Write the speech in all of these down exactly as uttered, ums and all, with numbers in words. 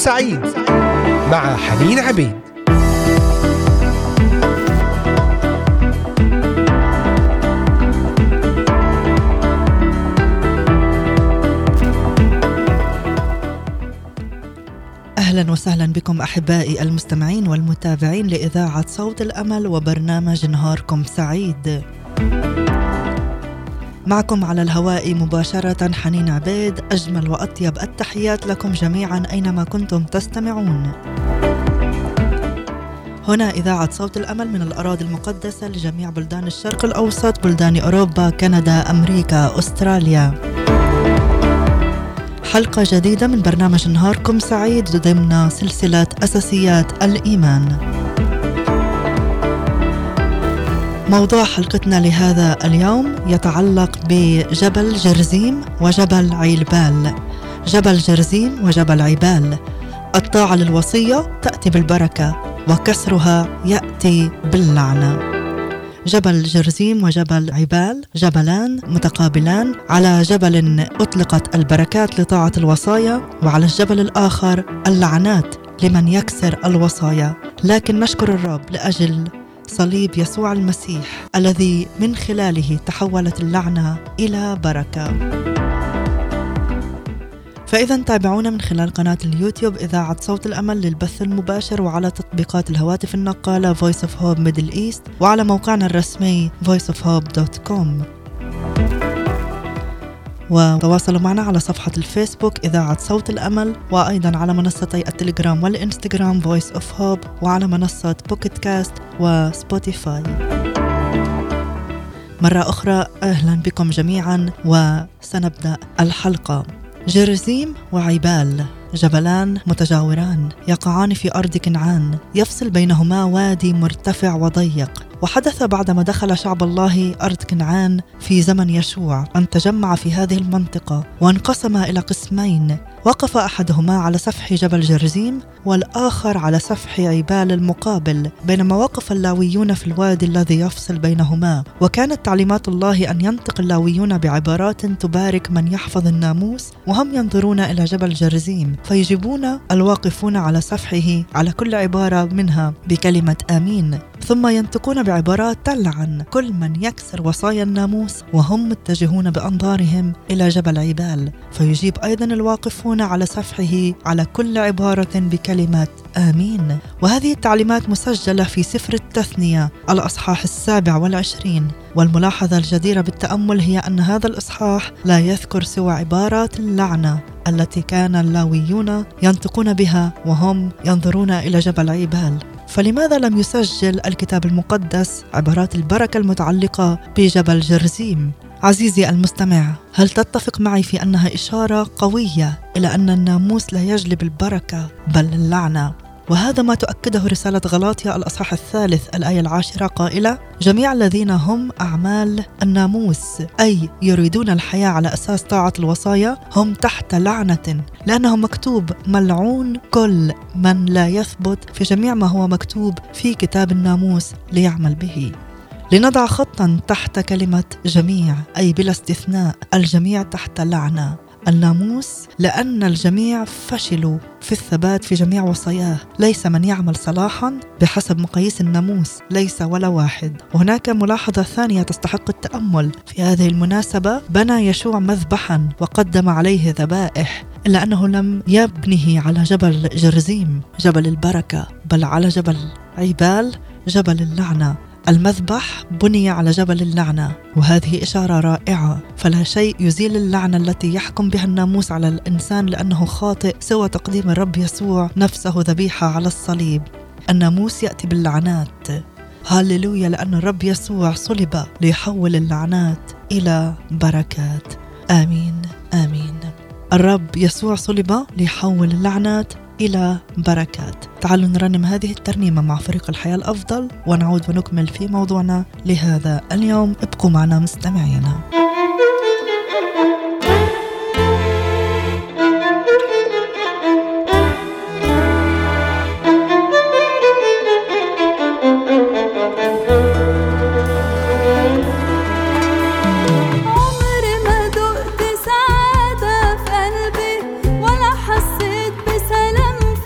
سعيد مع حنين عبيد. أهلا وسهلا بكم أحبائي المستمعين والمتابعين لإذاعة صوت الأمل وبرنامج نهاركم سعيد. معكم على الهواء مباشرة حنين عبيد، أجمل وأطيب التحيات لكم جميعا أينما كنتم تستمعون. هنا إذاعة صوت الأمل من الأراضي المقدسة لجميع بلدان الشرق الأوسط، بلدان أوروبا، كندا، أمريكا، أستراليا. حلقة جديدة من برنامج نهاركم سعيد ضمن سلسلة أساسيات الإيمان. موضوع حلقتنا لهذا اليوم يتعلق بجبل جرزيم وجبل عيبال. جبل جرزيم وجبل عيبال، الطاعة للوصية تأتي بالبركة وكسرها يأتي باللعنة. جبل جرزيم وجبل عيبال جبلان متقابلان، على جبل أطلقت البركات لطاعة الوصايا، وعلى الجبل الآخر اللعنات لمن يكسر الوصايا. لكن نشكر الرب لأجل صليب يسوع المسيح الذي من خلاله تحولت اللعنة إلى بركة. فإذا تابعونا من خلال قناة اليوتيوب إذاعة صوت الأمل للبث المباشر، وعلى تطبيقات الهواتف النقالة Voice of Hope Middle East، وعلى موقعنا الرسمي voice of hope دوت كوم. وتواصلوا معنا على صفحة الفيسبوك إذاعة صوت الأمل، وأيضا على منصتي التليجرام والإنستغرام Voice of Hope، وعلى منصة بوكيت كاست وسبوتيفاي. مرة أخرى أهلا بكم جميعا، وسنبدأ الحلقة. جرزيم وعيبال جبلان متجاوران يقعان في أرض كنعان، يفصل بينهما وادي مرتفع وضيق. وحدث بعدما دخل شعب الله أرض كنعان في زمن يشوع أن تجمع في هذه المنطقة وانقسم إلى قسمين، وقف أحدهما على سفح جبل جرزيم والآخر على سفح عيبال المقابل، بينما وقف اللاويون في الوادي الذي يفصل بينهما. وكانت تعليمات الله أن ينطق اللاويون بعبارات تبارك من يحفظ الناموس، وهم ينظرون إلى جبل جرزيم فيجيبون الواقفون على سفحه على كل عبارة منها بكلمة آمين، ثم ينطقون بعبارات تلعن كل من يكسر وصايا الناموس، وهم متجهون بأنظارهم إلى جبل عيبال، فيجيب أيضا الواقفون على سفحه على كل عبارة بكلمة آمين. وهذه التعليمات مسجلة في سفر التثنية الأصحاح السابع والعشرين. والملاحظة الجديرة بالتأمل هي أن هذا الإصحاح لا يذكر سوى عبارات اللعنة التي كان اللاويون ينطقون بها وهم ينظرون إلى جبل عيبال. فلماذا لم يسجل الكتاب المقدس عبارات البركة المتعلقة بجبل جرزيم؟ عزيزي المستمع، هل تتفق معي في أنها إشارة قوية إلى أن الناموس لا يجلب البركة بل اللعنة؟ وهذا ما تؤكده رسالة غلاطيا الأصحاح الثالث الآية العاشرة قائلة: جميع الذين هم أعمال الناموس، أي يريدون الحياة على أساس طاعة الوصايا، هم تحت لعنة، لأنه مكتوب: ملعون كل من لا يثبت في جميع ما هو مكتوب في كتاب الناموس ليعمل به. لنضع خطا تحت كلمة جميع، أي بلا استثناء الجميع تحت لعنة. الناموس لأن الجميع فشلوا في الثبات في جميع وصاياه، ليس من يعمل صلاحا بحسب مقاييس الناموس، ليس ولا واحد. وهناك ملاحظة ثانية تستحق التأمل في هذه المناسبة: بنى يشوع مذبحا وقدم عليه ذبائح، إلا أنه لم يبنه على جبل جرزيم جبل البركة، بل على جبل عيبال جبل اللعنة. المذبح بني على جبل اللعنة، وهذه إشارة رائعة. فلا شيء يزيل اللعنة التي يحكم بها الناموس على الإنسان لأنه خاطئ سوى تقديم الرب يسوع نفسه ذبيحة على الصليب. الناموس يأتي باللعنات، هاليلويا، لأن الرب يسوع صلب ليحول اللعنات إلى بركات. آمين آمين. الرب يسوع صلب ليحول اللعنات إلى بركات. تعالوا نرنم هذه الترنيمة مع فريق الحياة الأفضل ونعود ونكمل في موضوعنا لهذا اليوم. ابقوا معنا مستمعينا. عمري ما دقت سعادة في قلبي، ولا حسيت بسلام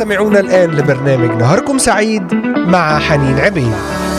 تستمعون الآن لبرنامج نهاركم سعيد مع حنين عبيد.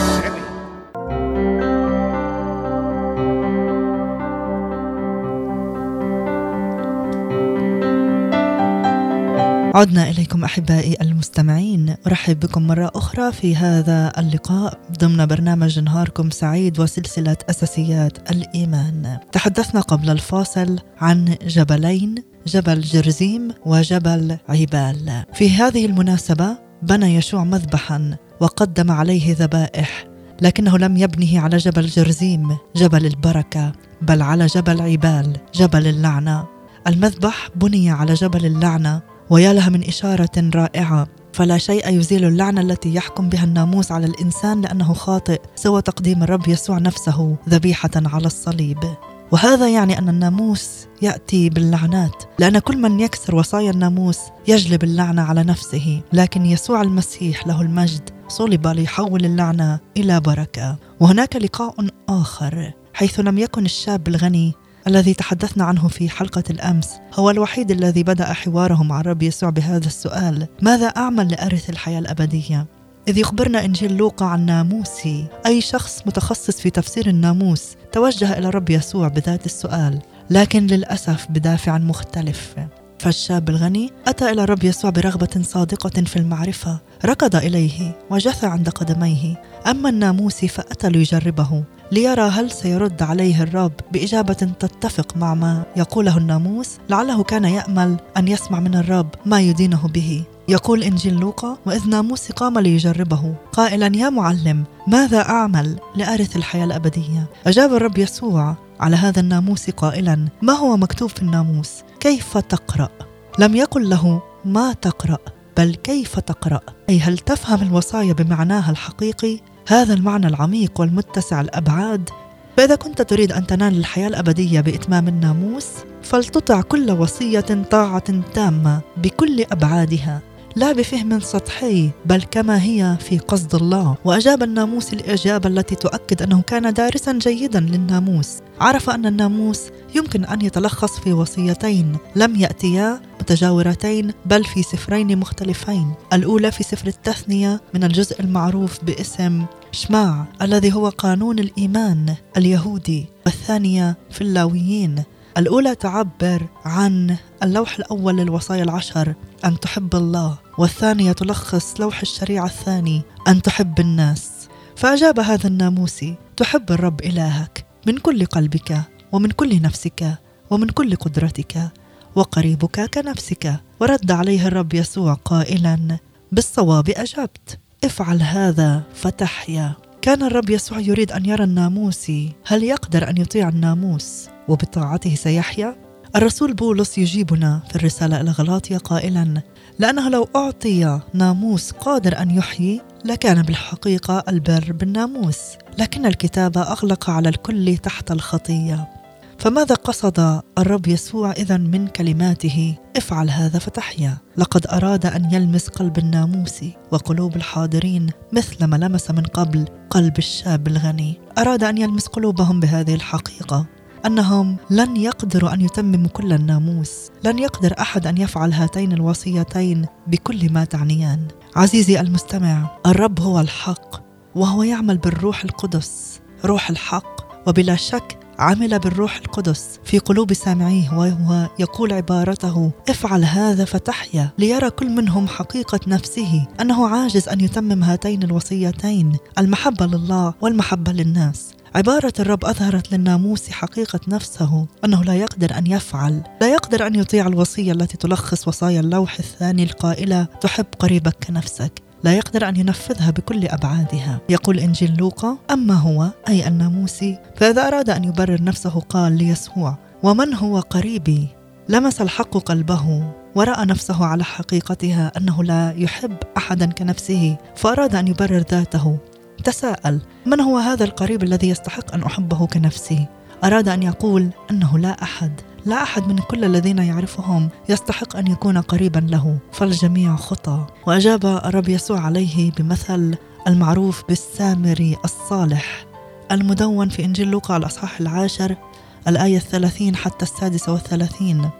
عدنا إليكم أحبائي المستمعين، أرحب بكم مرة أخرى في هذا اللقاء ضمن برنامج نهاركم سعيد وسلسلة أساسيات الإيمان. تحدثنا قبل الفاصل عن جبلين، جبل جرزيم وجبل عيبال. في هذه المناسبة بنى يشوع مذبحا وقدم عليه ذبائح، لكنه لم يبنه على جبل جرزيم جبل البركة، بل على جبل عيبال جبل اللعنة. المذبح بني على جبل اللعنة، ويا لها من إشارة رائعة. فلا شيء يزيل اللعنة التي يحكم بها الناموس على الإنسان لأنه خاطئ سوى تقديم الرب يسوع نفسه ذبيحة على الصليب. وهذا يعني أن الناموس يأتي باللعنات، لأن كل من يكسر وصايا الناموس يجلب اللعنة على نفسه، لكن يسوع المسيح له المجد صلب ليحول اللعنة إلى بركة. وهناك لقاء آخر حيث لم يكن الشاب الغني الذي تحدثنا عنه في حلقة الأمس هو الوحيد الذي بدأ حواره مع الرب يسوع بهذا السؤال: ماذا أعمل لأرث الحياة الأبدية؟ إذ يخبرنا إنجيل لوقا عن ناموسي، أي شخص متخصص في تفسير الناموس توجه إلى الرب يسوع بذات السؤال، لكن للأسف بدافع مختلف. فالشاب الغني أتى إلى الرب يسوع برغبة صادقة في المعرفة، ركض إليه وجثى عند قدميه. أما الناموسي فأتى ليجربه ليرى هل سيرد عليه الرب بإجابة تتفق مع ما يقوله الناموس. لعله كان يأمل أن يسمع من الرب ما يدينه به. يقول إنجيل لوقا: وإذ ناموسي قام ليجربه قائلا: يا معلم، ماذا أعمل لأرث الحياة الأبدية؟ أجاب الرب يسوع على هذا الناموسي قائلا: ما هو مكتوب في الناموس؟ كيف تقرأ؟ لم يقل له ما تقرأ، بل كيف تقرأ، أي هل تفهم الوصايا بمعناها الحقيقي؟ هذا المعنى العميق والمتسع الأبعاد. فإذا كنت تريد أن تنال الحياة الأبدية بإتمام الناموس فلتطع كل وصية طاعة تامة بكل أبعادها، لا بفهم سطحي بل كما هي في قصد الله. وأجاب الناموس الإجابة التي تؤكد أنه كان دارسا جيدا للناموس. عرف أن الناموس يمكن أن يتلخص في وصيتين لم يأتيا متجاورتين بل في سفرين مختلفين. الأولى في سفر التثنية من الجزء المعروف باسم شماع الذي هو قانون الإيمان اليهودي، والثانية في اللاويين. الأولى تعبر عن اللوح الأول للوصايا العشر أن تحب الله، والثانية تلخص لوح الشريعة الثاني أن تحب الناس. فأجاب هذا الناموسي: تحب الرب إلهك من كل قلبك ومن كل نفسك ومن كل قدرتك وقريبك كنفسك. ورد عليه الرب يسوع قائلا: بالصواب أجبت، افعل هذا فتحيا. كان الرب يسوع يريد أن يرى الناموسي هل يقدر أن يطيع الناموس وبطاعته سيحيا؟ الرسول بولس يجيبنا في الرسالة إلى غلاطيا قائلا: لأنه لو أعطي ناموس قادر أن يحيي لكان بالحقيقة البر بالناموس، لكن الكتاب أغلق على الكل تحت الخطية. فماذا قصد الرب يسوع إذن من كلماته افعل هذا فتحيا؟ لقد أراد أن يلمس قلب الناموسي وقلوب الحاضرين مثل ما لمس من قبل قلب الشاب الغني. أراد أن يلمس قلوبهم بهذه الحقيقة أنهم لن يقدروا أن يتمموا كل الناموس، لن يقدر أحد أن يفعل هاتين الوصيتين بكل ما تعنيان. عزيزي المستمع، الرب هو الحق وهو يعمل بالروح القدس، روح الحق، وبلا شك عمل بالروح القدس في قلوب سامعيه، وهو يقول عبارته افعل هذا فتحيا، ليرى كل منهم حقيقة نفسه أنه عاجز أن يتمم هاتين الوصيتين، المحبة لله والمحبة للناس. عبارة الرب أظهرت للناموس حقيقة نفسه أنه لا يقدر أن يفعل، لا يقدر أن يطيع الوصية التي تلخص وصايا اللوح الثاني القائلة تحب قريبك كنفسك، لا يقدر أن ينفذها بكل أبعادها. يقول إنجيل لوقا: أما هو أي الناموسي فإذا أراد أن يبرر نفسه قال ليسوع: ومن هو قريبي؟ لمس الحق قلبه ورأى نفسه على حقيقتها أنه لا يحب أحدا كنفسه، فأراد أن يبرر ذاته. تساءل: من هو هذا القريب الذي يستحق أن أحبه كنفسي؟ أراد أن يقول أنه لا أحد، لا أحد من كل الذين يعرفهم يستحق أن يكون قريبا له، فالجميع خطى. وأجاب الرب يسوع عليه بمثل المعروف بالسامري الصالح المدون في إنجيل لوقا الأصحاح العاشر الآية الثلاثين حتى السادسة والثلاثين.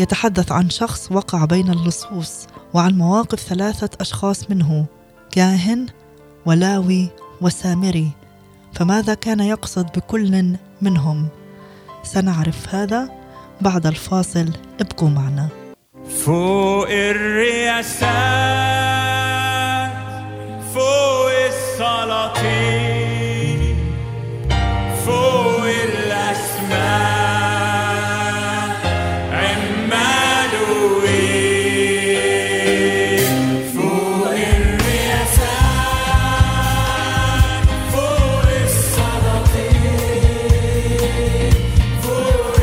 يتحدث عن شخص وقع بين اللصوص وعن مواقف ثلاثة أشخاص منه، كاهن ولاوي وسامري. فماذا كان يقصد بكل منهم؟ سنعرف هذا بعد الفاصل. ابقوا معنا. فوق الرياسات، فوق السلاطين، فوق الأسماء عمانوئيل. فوق الرياسات، فوق السلاطين، فوق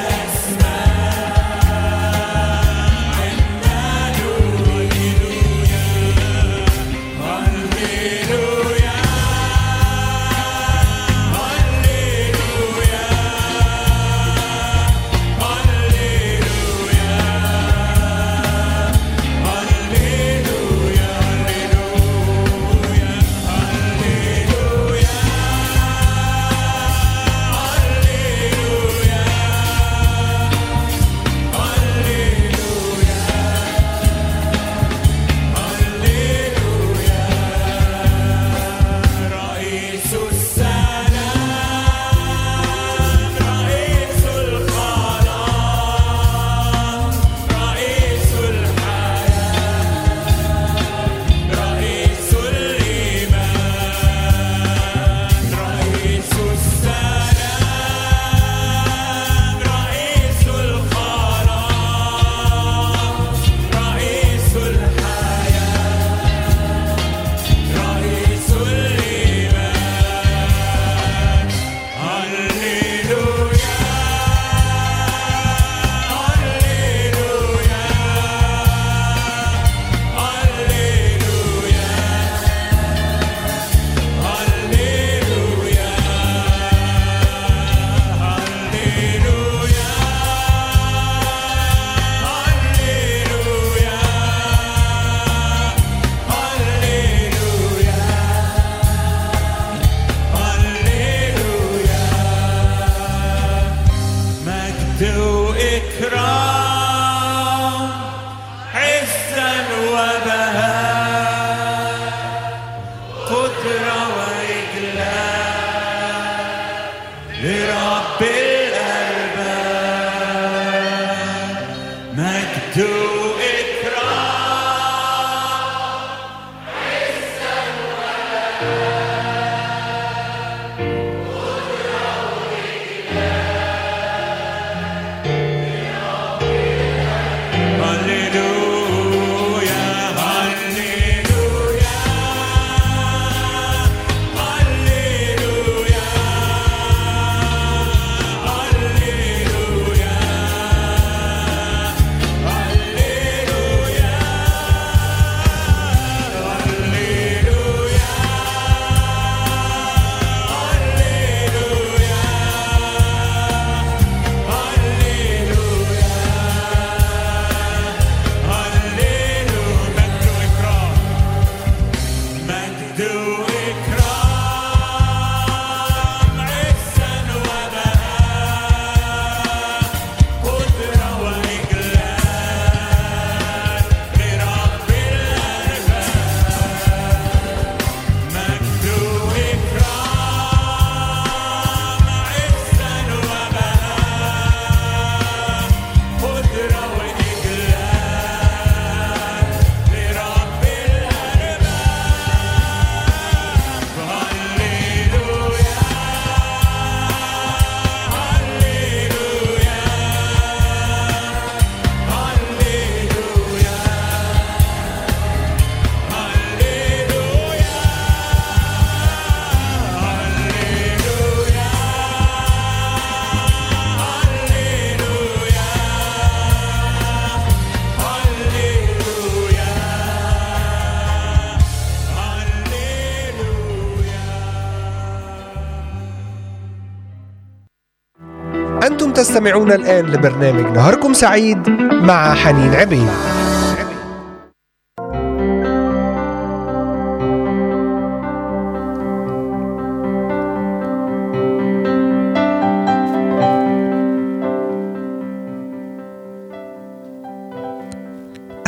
أنتم تستمعون الآن لبرنامج نهاركم سعيد مع حنين عبيد.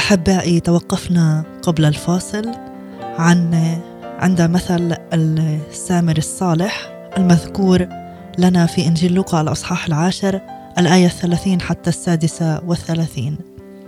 أحبائي، توقفنا قبل الفاصل عن عند مثل السامر الصالح المذكور لنا في إنجيل لوقا الأصحاح العاشر الآية الثلاثين حتى السادسة والثلاثين.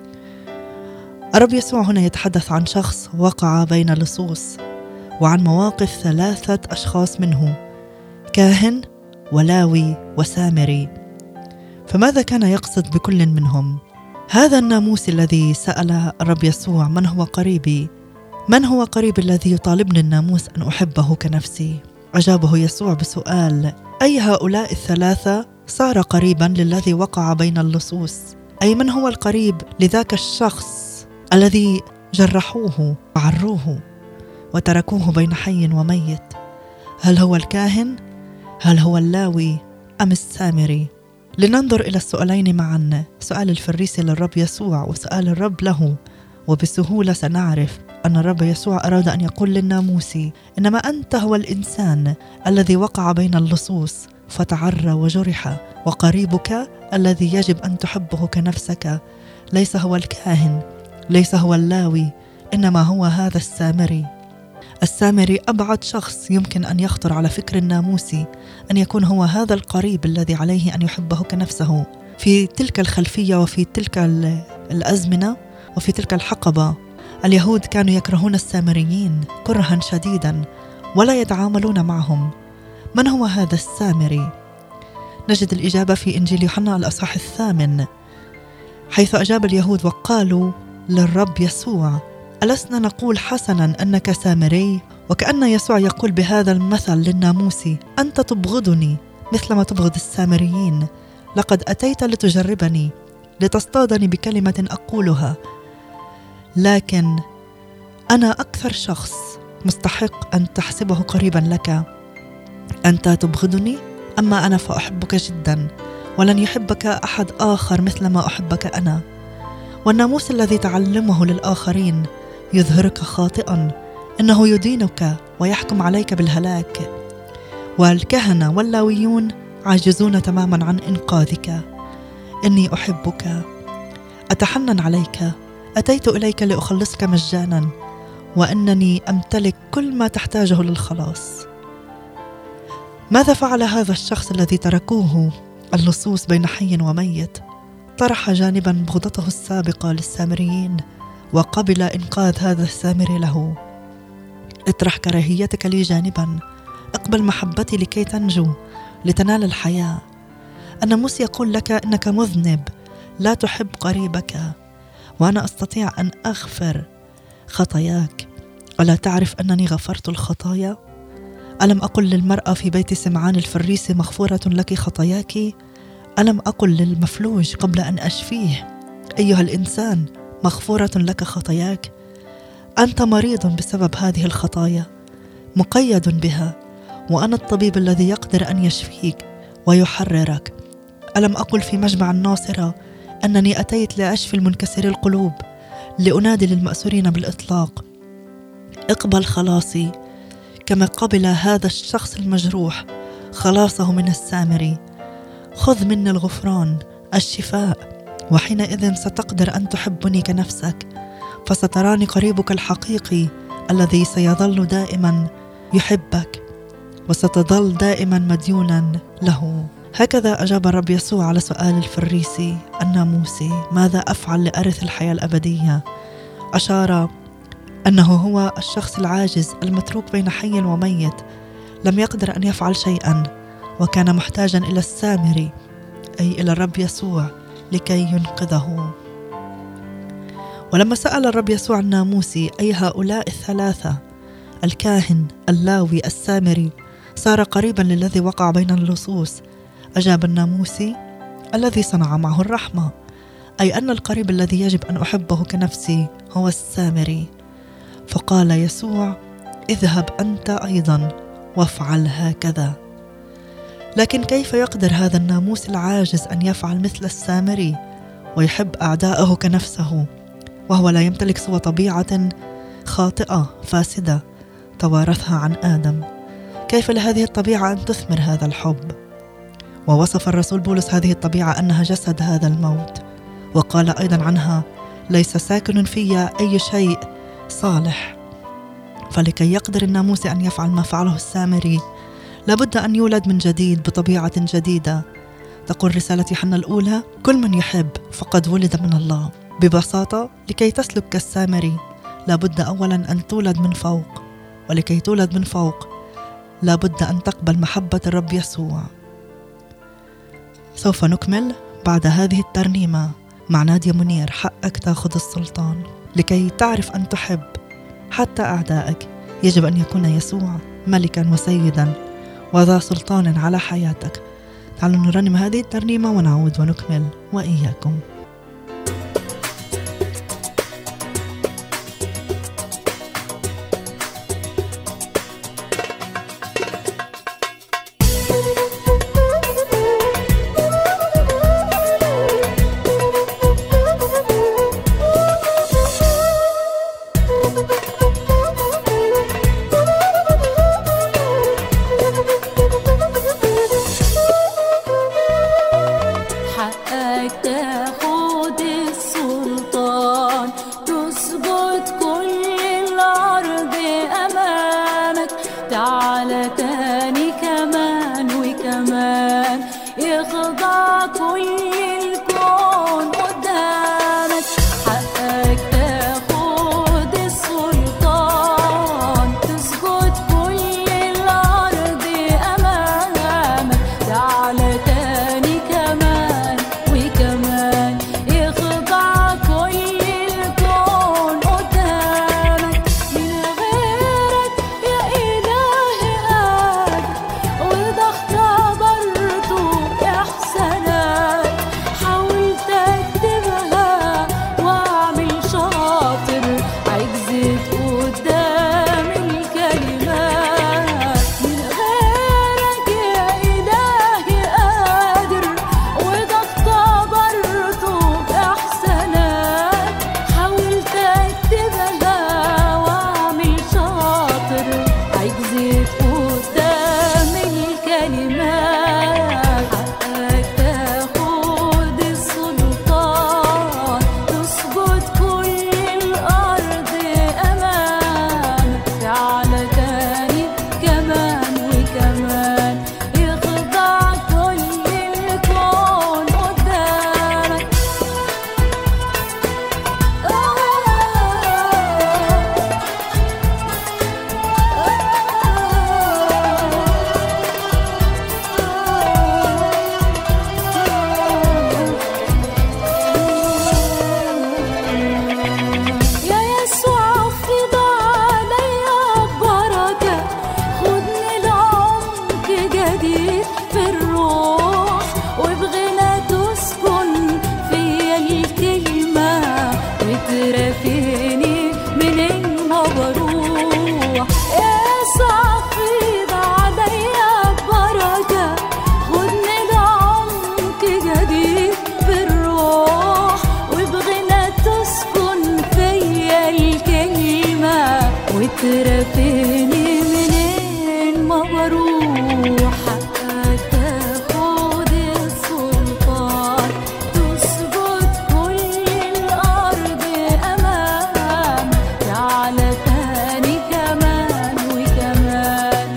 الرب يسوع هنا يتحدث عن شخص وقع بين لصوص، وعن مواقف ثلاثة أشخاص منه: كاهن ولاوي وسامري. فماذا كان يقصد بكل منهم؟ هذا الناموس الذي سأل الرب يسوع: من هو قريبي؟ من هو قريب الذي يطالبني الناموس أن أحبه كنفسي؟ أجابه يسوع بسؤال: أي هؤلاء الثلاثة صار قريبا للذي وقع بين اللصوص؟ أي من هو القريب لذاك الشخص الذي جرحوه وعروه وتركوه بين حي وميت؟ هل هو الكاهن؟ هل هو اللاوي أم السامري؟ لننظر إلى السؤالين معا، سؤال الفريسي للرب يسوع وسؤال الرب له، وبسهولة سنعرف أن الرب يسوع أراد أن يقول للناموسي: إنما أنت هو الإنسان الذي وقع بين اللصوص فتعرى وجرح، وقريبك الذي يجب أن تحبه كنفسك ليس هو الكاهن، ليس هو اللاوي، إنما هو هذا السامري. السامري أبعد شخص يمكن أن يخطر على فكر الناموسي أن يكون هو هذا القريب الذي عليه أن يحبه كنفسه. في تلك الخلفية وفي تلك الأزمنة وفي تلك الحقبة اليهود كانوا يكرهون السامريين كرها شديدا ولا يتعاملون معهم. من هو هذا السامري؟ نجد الإجابة في إنجيل يوحنا الأصحاح الثامن، حيث أجاب اليهود وقالوا للرب يسوع: ألسنا نقول حسنا أنك سامري؟ وكأن يسوع يقول بهذا المثل للناموسي: أنت تبغضني مثلما تبغض السامريين. لقد أتيت لتجربني، لتصطادني بكلمة أقولها، لكن أنا أكثر شخص مستحق أن تحسبه قريبا لك. أنت تبغضني، أما أنا فأحبك جدا، ولن يحبك أحد آخر مثلما أحبك أنا. والناموس الذي تعلمه للآخرين يظهرك خاطئا، إنه يدينك ويحكم عليك بالهلاك. والكهنة واللاويون عاجزون تماما عن إنقاذك. إني أحبك، أتحنن عليك، أتيت إليك لأخلصك مجانا، وأنني أمتلك كل ما تحتاجه للخلاص. ماذا فعل هذا الشخص الذي تركوه اللصوص بين حي وميت؟ طرح جانبا بغضته السابقة للسامريين وقبل إنقاذ هذا السامري له. اطرح كراهيتك لي جانبا، اقبل محبتي لكي تنجو، لتنال الحياة. الناموس يقول لك إنك مذنب، لا تحب قريبك، وأنا أستطيع أن أغفر خطاياك. ألا تعرف أنني غفرت الخطايا؟ ألم أقل للمرأة في بيت سمعان الفريسي: مغفورة لك خطاياك؟ ألم أقل للمفلوج قبل أن أشفيه: أيها الإنسان، مغفورة لك خطاياك؟ أنت مريض بسبب هذه الخطايا، مقيد بها، وأنا الطبيب الذي يقدر أن يشفيك ويحررك. ألم أقل في مجمع الناصرة أنني أتيت لأشفي المنكسري القلوب، لأنادي للمأسورين بالإطلاق: اقبل خلاصي، كما قبل هذا الشخص المجروح خلاصه من السامري. خذ مني الغفران، الشفاء، وحينئذ ستقدر أن تحبني كنفسك، فستراني قريبك الحقيقي الذي سيظل دائما يحبك، وستظل دائما مديونا له. هكذا أجاب الرب يسوع على سؤال الفريسي الناموسي: ماذا أفعل لأرث الحياة الأبدية؟ أشار أنه هو الشخص العاجز المتروك بين حي وميت، لم يقدر أن يفعل شيئا، وكان محتاجا إلى السامري، أي إلى الرب يسوع، لكي ينقذه. ولما سأل الرب يسوع الناموسي: أي هؤلاء الثلاثة، الكاهن، اللاوي، السامري، صار قريبا للذي وقع بين اللصوص؟ أجاب الناموسي: الذي صنع معه الرحمة، أي أن القريب الذي يجب أن أحبه كنفسي هو السامري. فقال يسوع: اذهب أنت أيضا وافعل هكذا. لكن كيف يقدر هذا الناموس العاجز أن يفعل مثل السامري ويحب أعداءه كنفسه، وهو لا يمتلك سوى طبيعة خاطئة فاسدة توارثها عن آدم؟ كيف لهذه الطبيعة أن تثمر هذا الحب؟ ووصف الرسول بولس هذه الطبيعة أنها جسد هذا الموت، وقال أيضا عنها: ليس ساكن في أي شيء صالح. فلكي يقدر الناموس أن يفعل ما فعله السامري لابد أن يولد من جديد بطبيعة جديدة. تقول رسالة يوحنا الأولى: كل من يحب فقد ولد من الله. ببساطة لكي تسلك كالسامري لابد أولا أن تولد من فوق، ولكي تولد من فوق لابد أن تقبل محبة الرب يسوع. سوف نكمل بعد هذه الترنيمة مع نادية منير. حقك تأخذ السلطان. لكي تعرف أن تحب حتى أعدائك يجب أن يكون يسوع ملكا وسيدا وذا سلطان على حياتك. تعالوا نرنم هذه الترنيمة ونعود ونكمل وإياكم. ترفيني منين ما بروح، حقك تاخد السلطان، تسجد كل الأرض أمامك، تعالى تاني كمان وكمان،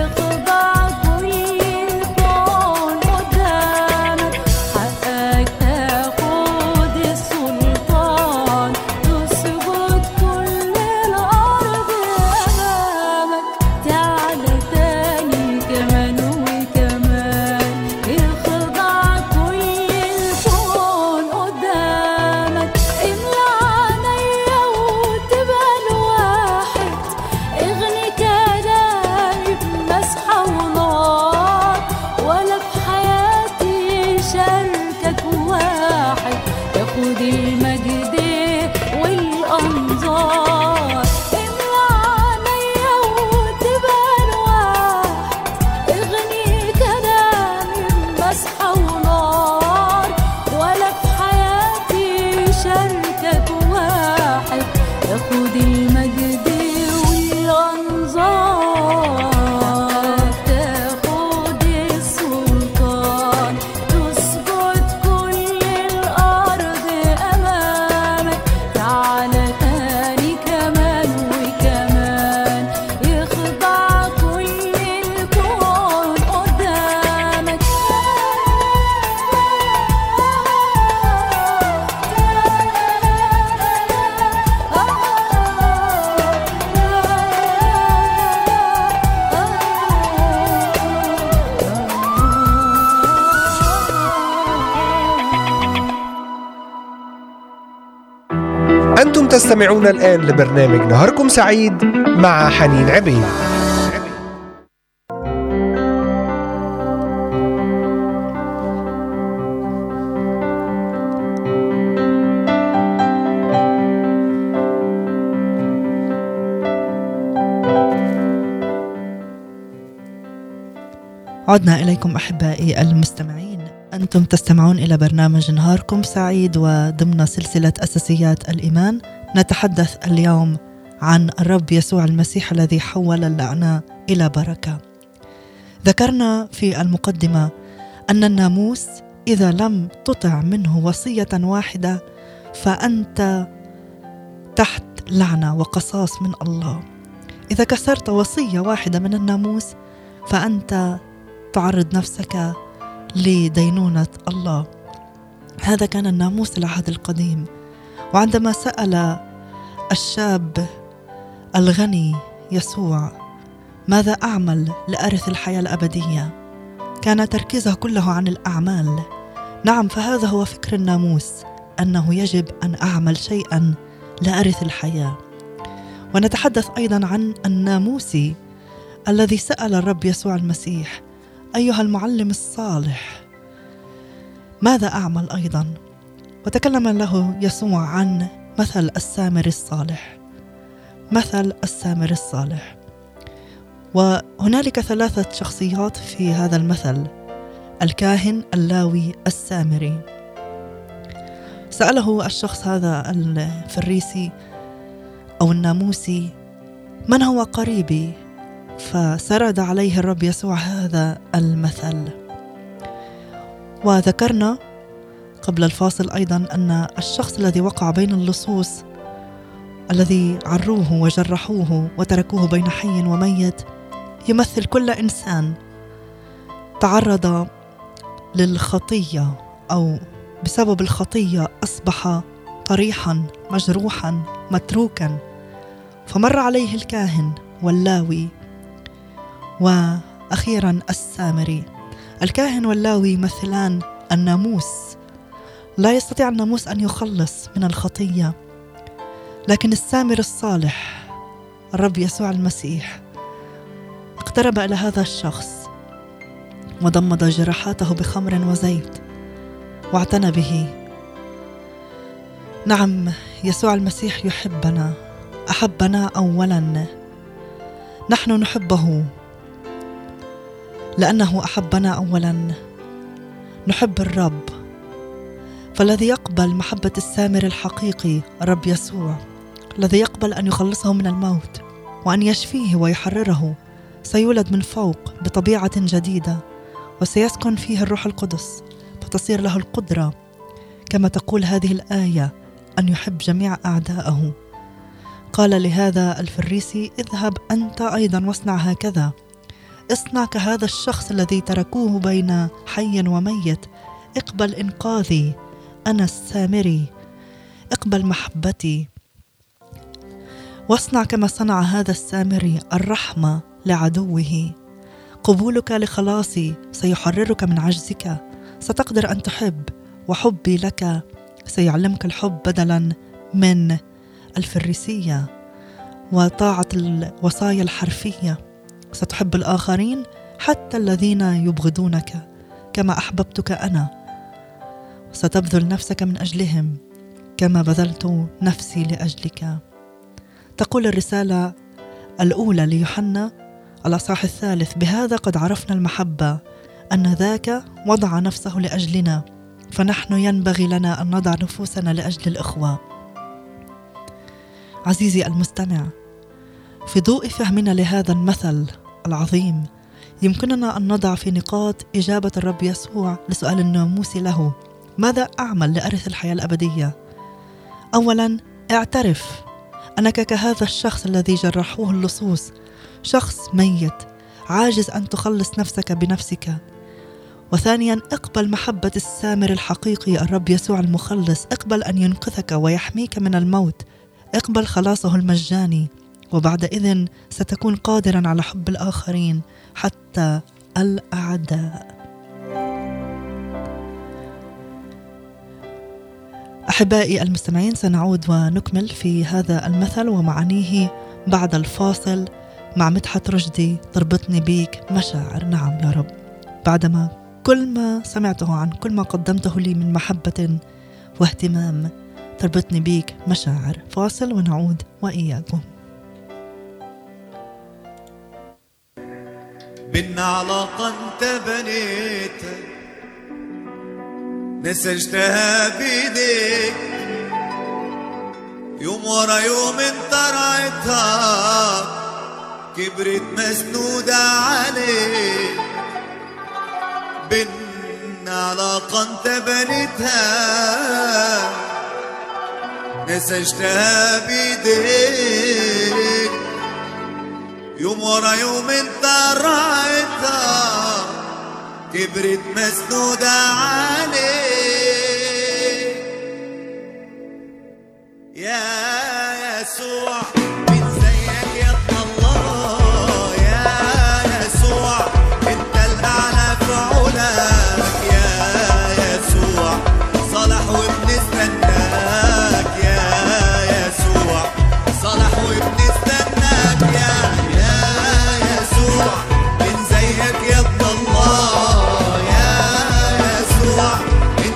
يخضع كل الكون قدامك، حقك تاخد السلطان، تسجد كل الأرض أمامك، تعالى تاني كمان تستمعون الآن لبرنامج نهاركم سعيد مع حنين عبيد. عدنا إليكم أحبائي المستمعين، أنتم تستمعون إلى برنامج نهاركم سعيد، وضمن سلسلة أساسيات الإيمان نتحدث اليوم عن الرب يسوع المسيح الذي حول اللعنة إلى بركة. ذكرنا في المقدمة أن الناموس إذا لم تطع منه وصية واحدة فأنت تحت لعنة وقصاص من الله. إذا كسرت وصية واحدة من الناموس فأنت تعرض نفسك لدينونة الله. هذا كان الناموس العهد القديم. وعندما سأل الشاب الغني يسوع ماذا أعمل لأرث الحياة الأبدية، كان تركيزه كله عن الأعمال. نعم، فهذا هو فكر الناموس، أنه يجب أن أعمل شيئا لأرث الحياة. ونتحدث أيضا عن الناموسي الذي سأل الرب يسوع المسيح أيها المعلم الصالح ماذا أعمل أيضا؟ وتكلم له يسوع عن مثل السامر الصالح. مثل السامر الصالح، وهنالك ثلاثة شخصيات في هذا المثل: الكاهن، اللاوي، السامري. سأله الشخص هذا الفريسي أو الناموسي من هو قريبي؟ فسرد عليه الرب يسوع هذا المثل. وذكرنا قبل الفاصل أيضا أن الشخص الذي وقع بين اللصوص الذي عروه وجرحوه وتركوه بين حي وميت يمثل كل إنسان تعرض للخطية أو بسبب الخطية أصبح طريحا مجروحا متروكا. فمر عليه الكاهن واللاوي وأخيرا السامري. الكاهن واللاوي يمثلان الناموس. لا يستطيع الناموس أن يخلص من الخطية، لكن السامر الصالح الرب يسوع المسيح اقترب إلى هذا الشخص وضمد جراحاته بخمر وزيت واعتنى به. نعم، يسوع المسيح يحبنا، أحبنا أولا. نحن نحبه لأنه أحبنا أولا. نحب الرب، فالذي يقبل محبة السامر الحقيقي الرب يسوع، الذي يقبل أن يخلصه من الموت وأن يشفيه ويحرره، سيولد من فوق بطبيعة جديدة، وسيسكن فيه الروح القدس، فتصير له القدرة كما تقول هذه الآية أن يحب جميع أعداءه. قال لهذا الفريسي اذهب أنت أيضا واصنع هكذا. اصنع كهذا الشخص الذي تركوه بين حي وميت. اقبل إنقاذي، أنا السامري، اقبل محبتي، واصنع كما صنع هذا السامري الرحمة لعدوه. قبولك لخلاصي سيحررك من عجزك، ستقدر أن تحب، وحبي لك سيعلمك الحب بدلا من الفريسية وطاعة الوصايا الحرفية. ستحب الآخرين حتى الذين يبغضونك كما أحببتك أنا، ستبذل نفسك من أجلهم كما بذلت نفسي لأجلك. تقول الرسالة الأولى ليوحنا الأصحاح الثالث: بهذا قد عرفنا المحبة أن ذاك وضع نفسه لأجلنا، فنحن ينبغي لنا أن نضع نفوسنا لأجل الإخوة. عزيزي المستمع، في ضوء فهمنا لهذا المثل العظيم يمكننا أن نضع في نقاط إجابة الرب يسوع لسؤال الناموس له: ماذا أعمل لأرث الحياة الأبدية؟ أولا، اعترف أنك كهذا الشخص الذي جرحوه اللصوص، شخص ميت عاجز أن تخلص نفسك بنفسك. وثانيا، اقبل محبة السامر الحقيقي الرب يسوع المخلص. اقبل أن ينقذك ويحميك من الموت، اقبل خلاصه المجاني، وبعد إذن ستكون قادرا على حب الآخرين حتى الأعداء. أحبائي المستمعين، سنعود ونكمل في هذا المثل ومعانيه بعد الفاصل مع مدحت رشدي. تربطني بيك مشاعر. نعم يا رب، بعدما كل ما سمعته عن كل ما قدمته لي من محبة واهتمام، تربطني بيك مشاعر. فاصل ونعود وإياكم. بينا علاقة انت بنيتها نسجتها بيديك، يوم ورا يوم انت رعيتها كبرت مسنودة عليك. بينا علاقة انت بنيتها نسجتها بيديك، يوم ورا يوم انت رعيتها كبرت مسنودة عليك. يا يسوع من زيك يا الله، يا يسوع انت الأعلى في علاك. يا يسوع صالح وبنستناك، يا يسوع صالح وبنستناك. يا يا يسوع من زيك يا الله، يا يسوع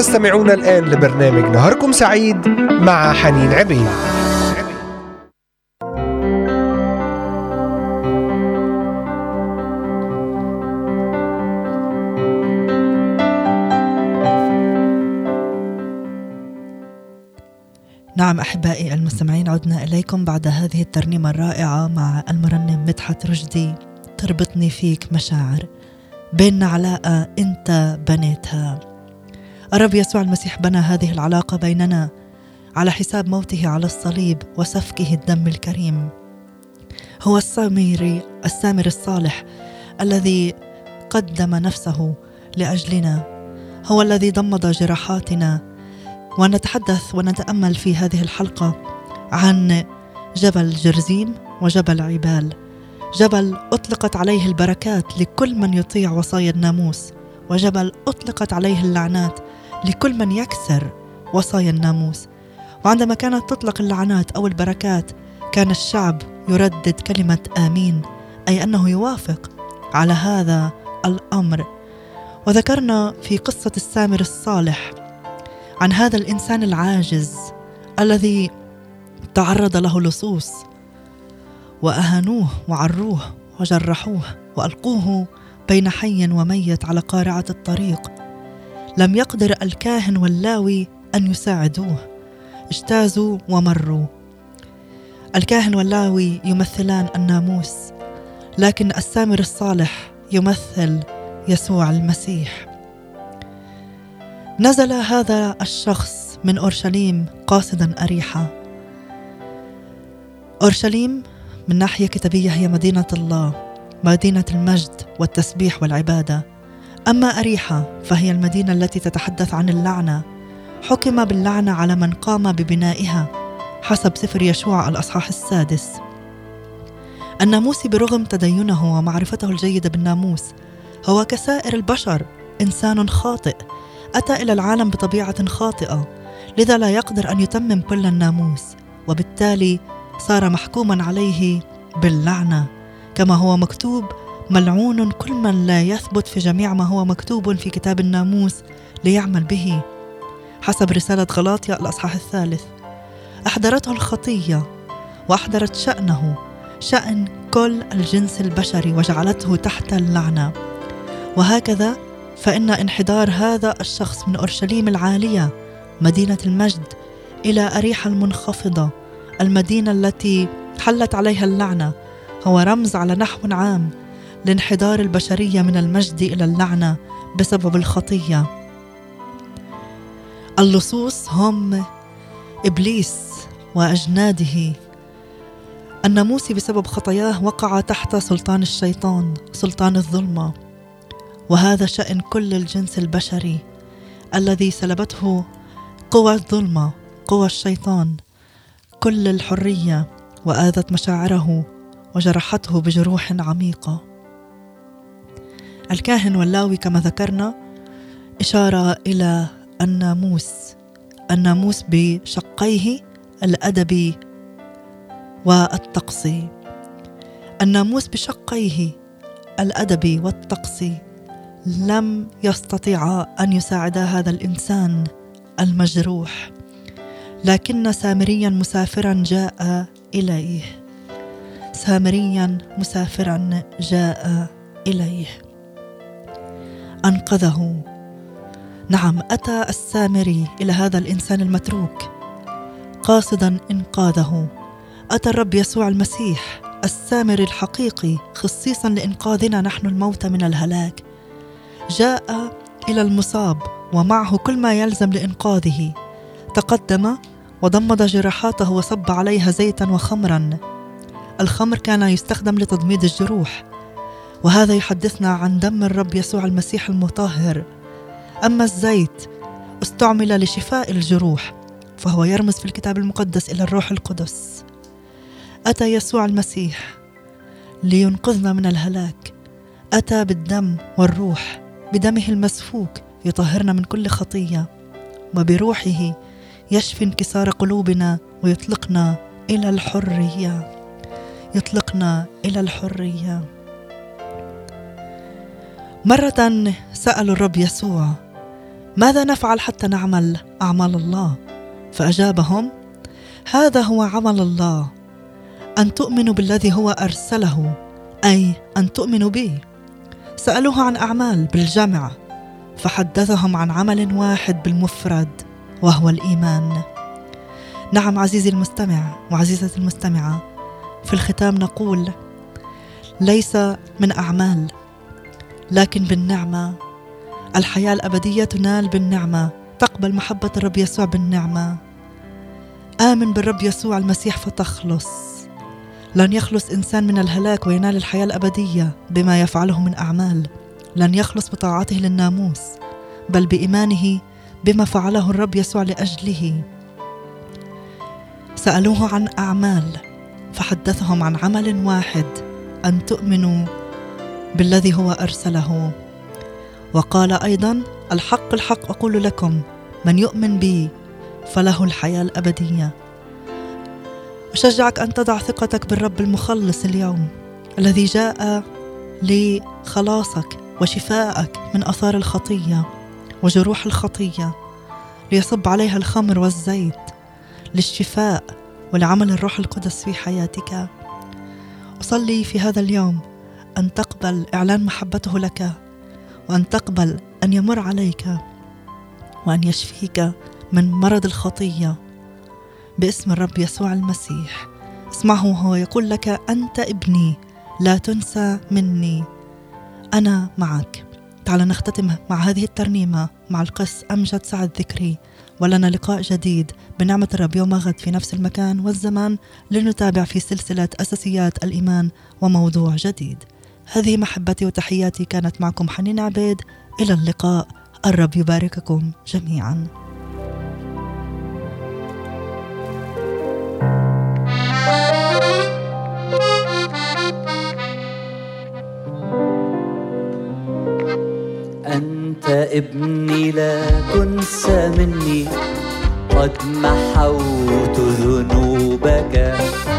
تستمعون الآن لبرنامج نهاركم سعيد مع حنين عبيد. نعم أحبائي المستمعين، عدنا إليكم بعد هذه الترنيمة الرائعة مع المرنم مدحت رشدي. تربطني فيك مشاعر، بيننا علاقة أنت بنيتها. الرب يسوع المسيح بنى هذه العلاقة بيننا على حساب موته على الصليب وسفكه الدم الكريم. هو السامري السامر الصالح الذي قدم نفسه لأجلنا، هو الذي ضمد جراحاتنا. ونتحدث ونتأمل في هذه الحلقة عن جبل جرزيم وجبل عبال، جبل أطلقت عليه البركات لكل من يطيع وصايا الناموس، وجبل أطلقت عليه اللعنات لكل من يكسر وصايا الناموس. وعندما كانت تطلق اللعنات أو البركات كان الشعب يردد كلمة آمين، أي أنه يوافق على هذا الأمر. وذكرنا في قصة السامر الصالح عن هذا الإنسان العاجز الذي تعرض له لصوص وأهانوه وعروه وجرحوه وألقوه بين حي وميت على قارعة الطريق. لم يقدر الكاهن واللاوي أن يساعدوه، اجتازوا ومروا. الكاهن واللاوي يمثلان الناموس، لكن السامر الصالح يمثل يسوع المسيح. نزل هذا الشخص من أورشليم قاصدا أريحة. أورشليم من ناحية كتابية هي مدينة الله، مدينة المجد والتسبيح والعبادة. أما أريحة فهي المدينة التي تتحدث عن اللعنة. حكم باللعنة على من قام ببنائها حسب سفر يشوع الأصحاح السادس. الناموسي برغم تدينه ومعرفته الجيدة بالناموس هو كسائر البشر إنسان خاطئ، أتى إلى العالم بطبيعة خاطئة، لذا لا يقدر أن يتمم كل الناموس، وبالتالي صار محكوما عليه باللعنة، كما هو مكتوب: ملعون كل من لا يثبت في جميع ما هو مكتوب في كتاب الناموس ليعمل به، حسب رسالة غلاطيا الأصحاح الثالث. أحضرته الخطية وأحضرت شأنه، شأن كل الجنس البشري، وجعلته تحت اللعنة. وهكذا فإن انحدار هذا الشخص من أورشليم العالية مدينة المجد إلى أريحة المنخفضة المدينة التي حلت عليها اللعنة هو رمز على نحو عام لانحدار البشرية من المجد إلى اللعنة بسبب الخطية. اللصوص هم إبليس وأجناده. الناموسي بسبب خطاياه وقع تحت سلطان الشيطان، سلطان الظلمة، وهذا شأن كل الجنس البشري الذي سلبته قوى الظلمة، قوى الشيطان، كل الحرية، وآذت مشاعره وجرحته بجروح عميقة. الكاهن واللاوي كما ذكرنا إشارة إلى الناموس، الناموس بشقيه الأدبي والطقسي. الناموس بشقيه الأدبي والطقسي لم يستطيع أن يساعد هذا الإنسان المجروح، لكن سامريا مسافرا جاء إليه، سامريا مسافرا جاء إليه أنقذه. نعم، أتى السامري إلى هذا الإنسان المتروك قاصدا إنقاذه. أتى الرب يسوع المسيح السامري الحقيقي خصيصا لإنقاذنا نحن الموتى من الهلاك. جاء إلى المصاب ومعه كل ما يلزم لإنقاذه. تقدم وضمد جراحاته وصب عليها زيتا وخمرا. الخمر كان يستخدم لتضميد الجروح، وهذا يحدثنا عن دم الرب يسوع المسيح المطهر. أما الزيت استعمل لشفاء الجروح، فهو يرمز في الكتاب المقدس إلى الروح القدس. أتى يسوع المسيح لينقذنا من الهلاك، أتى بالدم والروح، بدمه المسفوك يطهرنا من كل خطية، وبروحه يشفي انكسار قلوبنا ويطلقنا إلى الحرية، يطلقنا إلى الحرية. مرة سألوا الرب يسوع: ماذا نفعل حتى نعمل أعمال الله؟ فأجابهم: هذا هو عمل الله، أن تؤمنوا بالذي هو أرسله، أي أن تؤمنوا به. سألوه عن أعمال بالجمع، فحدثهم عن عمل واحد بالمفرد، وهو الإيمان. نعم عزيزي المستمع وعزيزتي المستمعة، في الختام نقول: ليس من أعمال لكن بالنعمة. الحياة الأبدية تنال بالنعمة، تقبل محبة الرب يسوع بالنعمة. آمن بالرب يسوع المسيح فتخلص. لن يخلص إنسان من الهلاك وينال الحياة الأبدية بما يفعله من أعمال. لن يخلص بطاعته للناموس، بل بإيمانه بما فعله الرب يسوع لأجله. سألوه عن أعمال، فحدثهم عن عمل واحد: أن تؤمنوا بالذي هو أرسله. وقال أيضا: الحق الحق أقول لكم، من يؤمن بي فله الحياة الأبدية. أشجعك أن تضع ثقتك بالرب المخلص اليوم، الذي جاء لخلاصك وشفائك من آثار الخطية وجروح الخطية، ليصب عليها الخمر والزيت للشفاء ولعمل الروح القدس في حياتك. أصلي في هذا اليوم أن تقبل إعلان محبته لك، وأن تقبل أن يمر عليك وأن يشفيك من مرض الخطية باسم الرب يسوع المسيح. اسمعه وهو يقول لك: أنت ابني، لا تنسى مني، أنا معك. تعال نختتم مع هذه الترنيمة مع القس أمجد سعد ذكري، ولنا لقاء جديد بنعمة الرب يوم غد في نفس المكان والزمان، لنتابع في سلسلة أساسيات الإيمان وموضوع جديد. هذه محبتي وتحياتي، كانت معكم حنين عبيد. إلى اللقاء، الرب يبارككم جميعا. أنت ابني لا تنسى مني، قد محوت ذنوبك،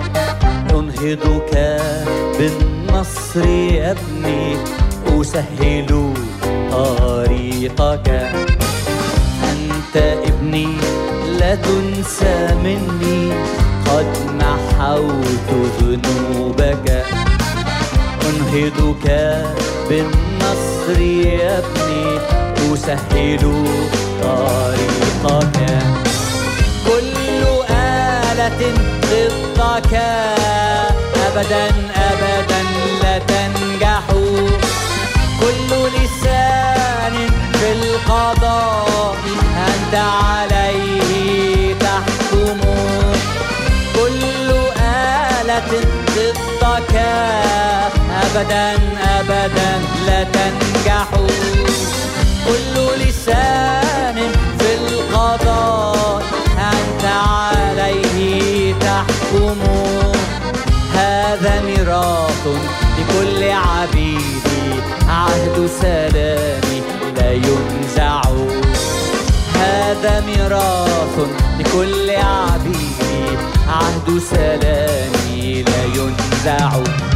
أنهضك بالنصر يا ابني، أسهل طريقك. أنت ابني لا تنسى مني، قد محوت ذنوبك، أنهضك بالنصر يا ابني، أسهل طريقك. كل آلة ضدك أبدا أبدا لا تنجح، كل لسان في القضاء أنت عليه تحكم، كل آلة ضدك أبدا أبدا لا تنجح، كل لسان في القضاء أنت عليه تحكم. هذا ميراث لكل عبيدي، عهد سلامي لا ينزع. هذا ميراث لكل عبيدي، عهد سلامي لا ينزع.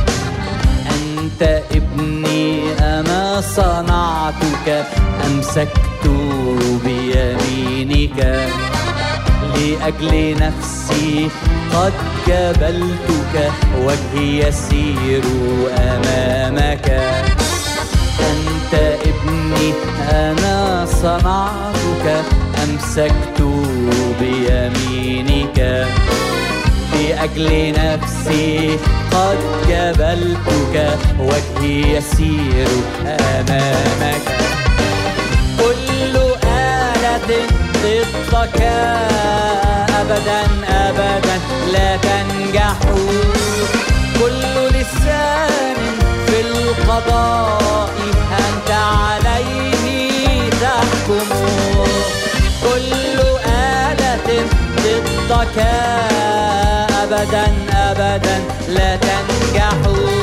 أنت ابني أنا صنعتك، أمسكت بيمينك، لأجل نفسي قد جبلتك، وجهي يسير أمامك. أنت ابني أنا صنعتك، أمسكت بيمينك، لأجل نفسي قد جبلتك، وجهي يسير أمامك. كل آلة ضدك أبدا أبدا لا تنجح، كل لسان في القضاء أنت عليه تحكم، كل آلة ضدك أبدا أبدا لا تنجح،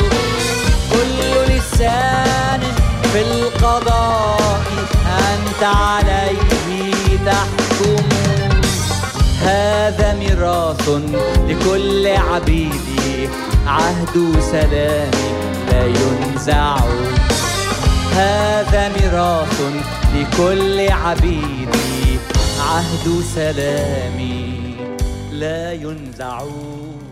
كل لسان في القضاء أنت عليه تحكم. هذا ميراث لكل عبيدي، عهد سلامي لا ينزع. هذا ميراث لكل عبيدي، عهد سلامي لا ينزع.